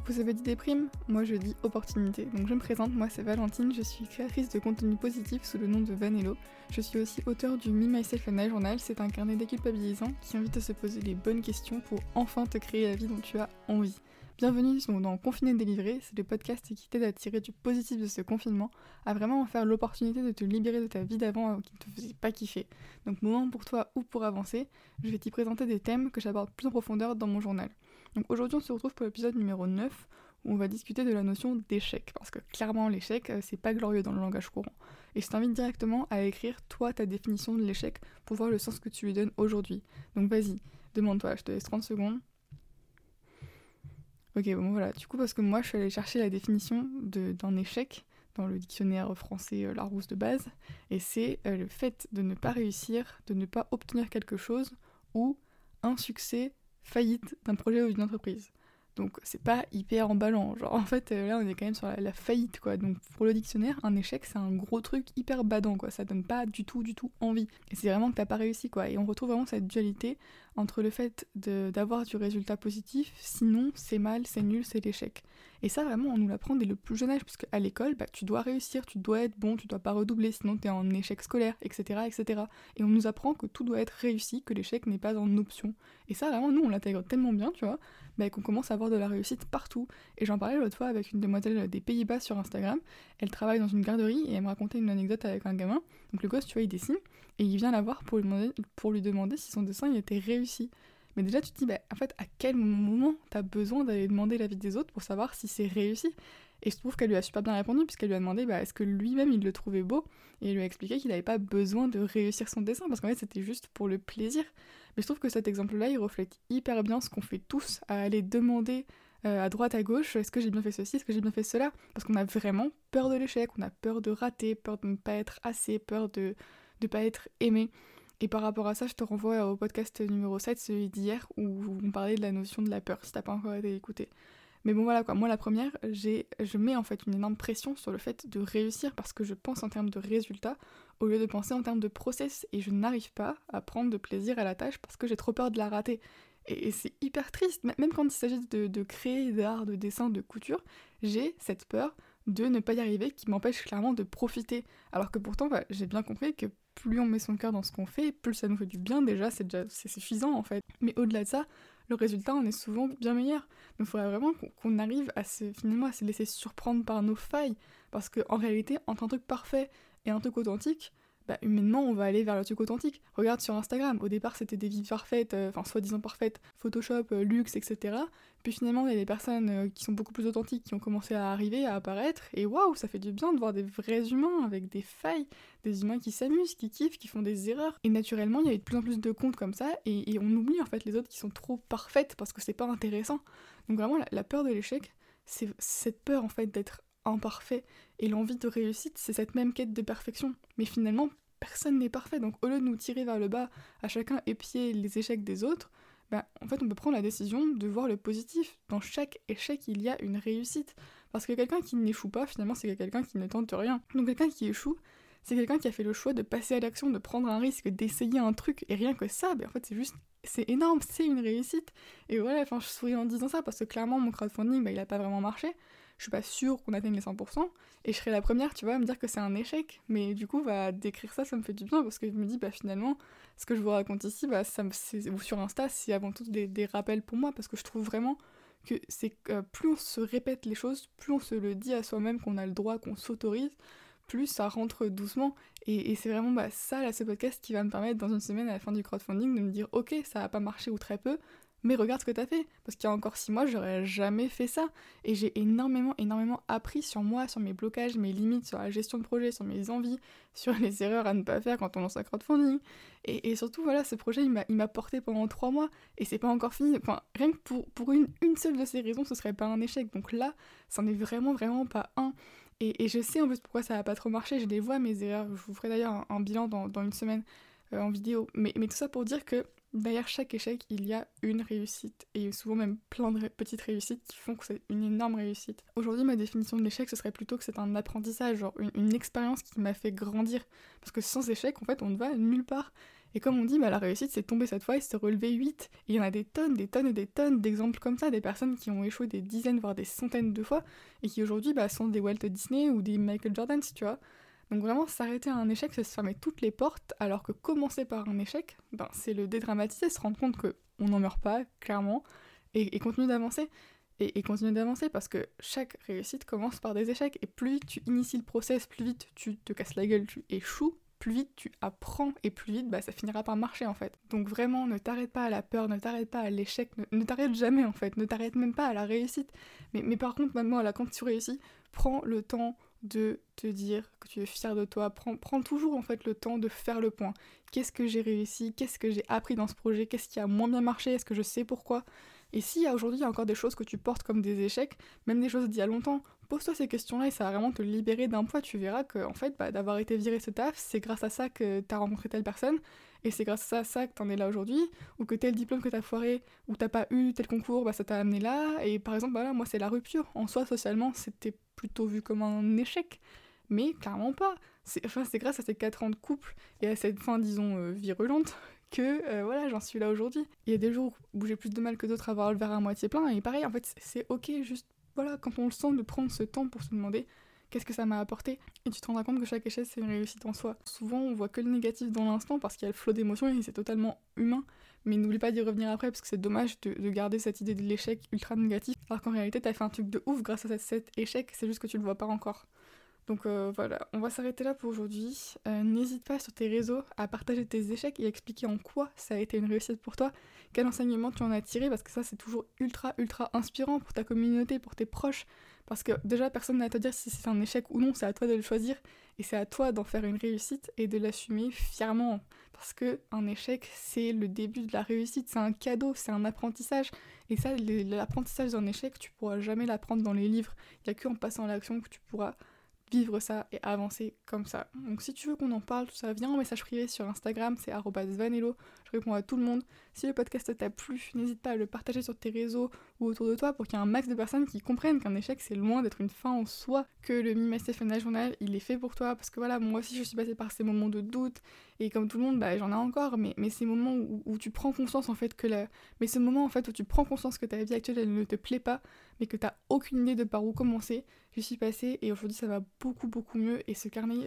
Vous avez dit déprime, moi je dis opportunité. Donc je me présente, moi c'est Valentine, je suis créatrice de contenu positif sous le nom de Vanello. Je suis aussi auteure du Me, Myself and I Journal, c'est un carnet déculpabilisant qui invite à se poser les bonnes questions pour enfin te créer la vie dont tu as envie. Bienvenue dans Confiné Délivré, c'est le podcast qui t'aide à tirer du positif de ce confinement, à vraiment en faire l'opportunité de te libérer de ta vie d'avant qui ne te faisait pas kiffer. Donc moment pour toi ou pour avancer, je vais t'y présenter des thèmes que j'aborde plus en profondeur dans mon journal. Donc aujourd'hui on se retrouve pour l'épisode numéro 9 où on va discuter de la notion d'échec, parce que clairement l'échec c'est pas glorieux dans le langage courant. Et je t'invite directement à écrire toi ta définition de l'échec pour voir le sens que tu lui donnes aujourd'hui. Donc vas-y, demande-toi, je te laisse 30 secondes. Ok, bon voilà, du coup parce que moi je suis allée chercher la définition d'un échec dans le dictionnaire français Larousse de base, et c'est le fait de ne pas réussir, de ne pas obtenir quelque chose, ou un succès, faillite d'un projet ou d'une entreprise. Donc c'est pas hyper emballant, genre en fait là on est quand même sur la faillite quoi, donc pour le dictionnaire un échec c'est un gros truc hyper badant quoi, ça donne pas du tout envie, et c'est vraiment que t'as pas réussi quoi, et on retrouve vraiment cette dualité entre le fait d'avoir du résultat positif, sinon c'est mal, c'est nul, c'est l'échec. Et ça vraiment on nous l'apprend dès le plus jeune âge, parce qu'à l'école tu dois réussir, tu dois être bon, tu dois pas redoubler sinon t'es en échec scolaire, etc. Et on nous apprend que tout doit être réussi, que l'échec n'est pas en option. Et ça vraiment nous on l'intègre tellement bien tu vois, qu'on commence à avoir de la réussite partout. Et j'en parlais l'autre fois avec une demoiselle des Pays-Bas sur Instagram, elle travaille dans une garderie et elle me racontait une anecdote avec un gamin. Donc le gosse tu vois il dessine et il vient la voir pour lui demander si son dessin il était réussi. Mais déjà tu te dis en fait à quel moment t'as besoin d'aller demander l'avis des autres pour savoir si c'est réussi. Et je trouve qu'elle lui a super bien répondu, puisqu'elle lui a demandé est-ce que lui-même il le trouvait beau, et il lui a expliqué qu'il n'avait pas besoin de réussir son dessin, parce qu'en fait c'était juste pour le plaisir. Mais je trouve que cet exemple-là il reflète hyper bien ce qu'on fait tous, à aller demander à droite à gauche est-ce que j'ai bien fait ceci, est-ce que j'ai bien fait cela, parce qu'on a vraiment peur de l'échec, on a peur de rater, peur de ne pas être assez, peur de ne pas être aimé. Et par rapport à ça, je te renvoie au podcast numéro 7, celui d'hier, où on parlait de la notion de la peur, si t'as pas encore été écouté. Mais bon voilà quoi, moi la première, je mets en fait une énorme pression sur le fait de réussir, parce que je pense en termes de résultats au lieu de penser en termes de process, et je n'arrive pas à prendre de plaisir à la tâche parce que j'ai trop peur de la rater. Et c'est hyper triste, même quand il s'agit de créer d'art, de dessin, de couture, j'ai cette peur de ne pas y arriver qui m'empêche clairement de profiter. Alors que pourtant j'ai bien compris que plus on met son cœur dans ce qu'on fait, plus ça nous fait du bien déjà, c'est suffisant en fait. Mais au-delà de ça, le résultat en est souvent bien meilleur. Donc il faudrait vraiment qu'on arrive à se laisser surprendre par nos failles, parce qu'en réalité, entre un truc parfait et un truc authentique, humainement on va aller vers le truc authentique. Regarde sur Instagram, au départ c'était des vies parfaites, soi-disant parfaites, Photoshop, luxe, etc. Puis finalement il y a des personnes qui sont beaucoup plus authentiques qui ont commencé à arriver, à apparaître, et waouh, ça fait du bien de voir des vrais humains avec des failles, des humains qui s'amusent, qui kiffent, qui font des erreurs. Et naturellement il y a de plus en plus de comptes comme ça, et on oublie en fait les autres qui sont trop parfaites parce que c'est pas intéressant. Donc vraiment la peur de l'échec, c'est cette peur en fait d'être imparfait, et l'envie de réussite c'est cette même quête de perfection. Mais finalement personne n'est parfait, donc au lieu de nous tirer vers le bas à chacun épier les échecs des autres, en fait on peut prendre la décision de voir le positif. Dans chaque échec il y a une réussite, parce que quelqu'un qui n'échoue pas finalement c'est quelqu'un qui ne tente rien. Donc quelqu'un qui échoue c'est quelqu'un qui a fait le choix de passer à l'action, de prendre un risque, d'essayer un truc, et rien que ça, en fait c'est énorme, c'est une réussite. Et voilà, je souris en disant ça parce que clairement mon crowdfunding il a pas vraiment marché, je suis pas sûre qu'on atteigne les 100%, et je serai la première tu vois à me dire que c'est un échec, mais du coup d'écrire ça me fait du bien, parce que je me dis finalement ce que je vous raconte ici ou sur Insta c'est avant tout des rappels pour moi, parce que je trouve vraiment que c'est plus on se répète les choses, plus on se le dit à soi-même qu'on a le droit, qu'on s'autorise, plus ça rentre doucement. Et c'est vraiment ça, là, ce podcast qui va me permettre dans une semaine à la fin du crowdfunding de me dire ok, ça a pas marché ou très peu, mais regarde ce que t'as fait, parce qu'il y a encore 6 mois j'aurais jamais fait ça, et j'ai énormément appris sur moi, sur mes blocages, mes limites, sur la gestion de projet, sur mes envies, sur les erreurs à ne pas faire quand on lance un crowdfunding, et surtout voilà, ce projet il m'a porté pendant 3 mois, et c'est pas encore fini, rien que pour une seule de ces raisons ce serait pas un échec, donc là c'en est vraiment pas un. Et je sais en plus pourquoi ça a pas trop marché, je les vois mes erreurs, je vous ferai d'ailleurs un bilan dans une semaine en vidéo, mais tout ça pour dire que derrière chaque échec il y a une réussite, et souvent même plein de petites réussites qui font que c'est une énorme réussite. Aujourd'hui ma définition de l'échec ce serait plutôt que c'est un apprentissage, genre une expérience qui m'a fait grandir, parce que sans échec en fait on ne va nulle part. Et comme on dit, la réussite c'est tomber cette fois et se relever 8. Et il y en a des tonnes et des tonnes d'exemples comme ça, des personnes qui ont échoué des dizaines voire des centaines de fois et qui aujourd'hui sont des Walt Disney ou des Michael Jordan, tu vois. Donc vraiment s'arrêter à un échec, c'est se fermer toutes les portes, alors que commencer par un échec, c'est le dédramatiser, se rendre compte qu'on n'en meurt pas, clairement, et continuer d'avancer. Et continuer d'avancer parce que chaque réussite commence par des échecs et plus vite tu inities le process, plus vite tu te casses la gueule, tu échoues, plus vite tu apprends et plus vite ça finira par marcher en fait. Donc vraiment ne t'arrête pas à la peur, ne t'arrête pas à l'échec, ne t'arrête jamais en fait, ne t'arrête même pas à la réussite. Mais par contre maintenant quand tu réussis, prends le temps de te dire que tu es fier de toi, prends toujours en fait le temps de faire le point. Qu'est-ce que j'ai réussi, qu'est-ce que j'ai appris dans ce projet, qu'est-ce qui a moins bien marché, est-ce que je sais pourquoi. Et si aujourd'hui il y a encore des choses que tu portes comme des échecs, même des choses d'il y a longtemps, pose-toi ces questions-là et ça va vraiment te libérer d'un poids. Tu verras que en fait, d'avoir été viré ce taf, c'est grâce à ça que t'as rencontré telle personne, et c'est grâce à ça que t'en es là aujourd'hui, ou que tel diplôme que t'as foiré, ou t'as pas eu tel concours, ça t'a amené là. Et par exemple, moi c'est la rupture. En soi, socialement, c'était plutôt vu comme un échec, mais clairement pas. C'est grâce à ces 4 ans de couple et à cette fin, disons, virulente, que j'en suis là aujourd'hui. Il y a des jours où j'ai plus de mal que d'autres à avoir le verre à moitié plein, et pareil, en fait, c'est ok, juste, quand on le sent, de prendre ce temps pour se demander qu'est-ce que ça m'a apporté, et tu te rends compte que chaque échec, c'est une réussite en soi. Souvent, on voit que le négatif dans l'instant, parce qu'il y a le flot d'émotions, et c'est totalement humain, mais n'oublie pas d'y revenir après, parce que c'est dommage de garder cette idée de l'échec ultra négatif, alors qu'en réalité, t'as fait un truc de ouf grâce à cet échec, c'est juste que tu le vois pas encore. Donc voilà, on va s'arrêter là pour aujourd'hui. N'hésite pas sur tes réseaux à partager tes échecs et à expliquer en quoi ça a été une réussite pour toi, quel enseignement tu en as tiré, parce que ça c'est toujours ultra inspirant pour ta communauté, pour tes proches, parce que déjà personne n'a à te dire si c'est un échec ou non, c'est à toi de le choisir, et c'est à toi d'en faire une réussite et de l'assumer fièrement, parce que un échec c'est le début de la réussite, c'est un cadeau, c'est un apprentissage, et ça l'apprentissage d'un échec tu pourras jamais l'apprendre dans les livres, il n'y a qu'en passant à l'action que tu pourras vivre ça et avancer comme ça. Donc si tu veux qu'on en parle, tout ça, viens en message privé sur Instagram, c'est @vanello, je réponds à tout le monde. Si le podcast t'a plu, n'hésite pas à le partager sur tes réseaux ou autour de toi pour qu'il y ait un max de personnes qui comprennent qu'un échec c'est loin d'être une fin en soi, que le MeMySelf Journal il est fait pour toi, parce que moi aussi je suis passée par ces moments de doute, et comme tout le monde, j'en ai encore, mais ces moments où tu prends conscience en fait mais ce moment en fait où tu prends conscience que ta vie actuelle elle ne te plaît pas, mais que t'as aucune idée de par où commencer, je suis passée et aujourd'hui ça va beaucoup mieux, et ce carnet,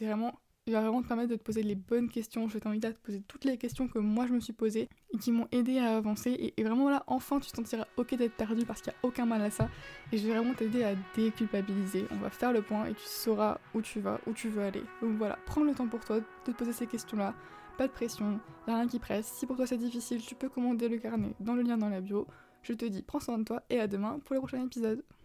il va vraiment te permettre de te poser les bonnes questions. Je t'invite à te poser toutes les questions que moi je me suis posées et qui m'ont aidé à avancer, et vraiment enfin tu te sentiras ok d'être perdu parce qu'il n'y a aucun mal à ça, et je vais vraiment t'aider à déculpabiliser. On va faire le point et tu sauras où tu vas, où tu veux aller. Donc voilà, prends le temps pour toi de te poser ces questions-là, pas de pression, y'a rien qui presse. Si pour toi c'est difficile, tu peux commander le carnet dans le lien dans la bio. Je te dis prends soin de toi et à demain pour le prochain épisode.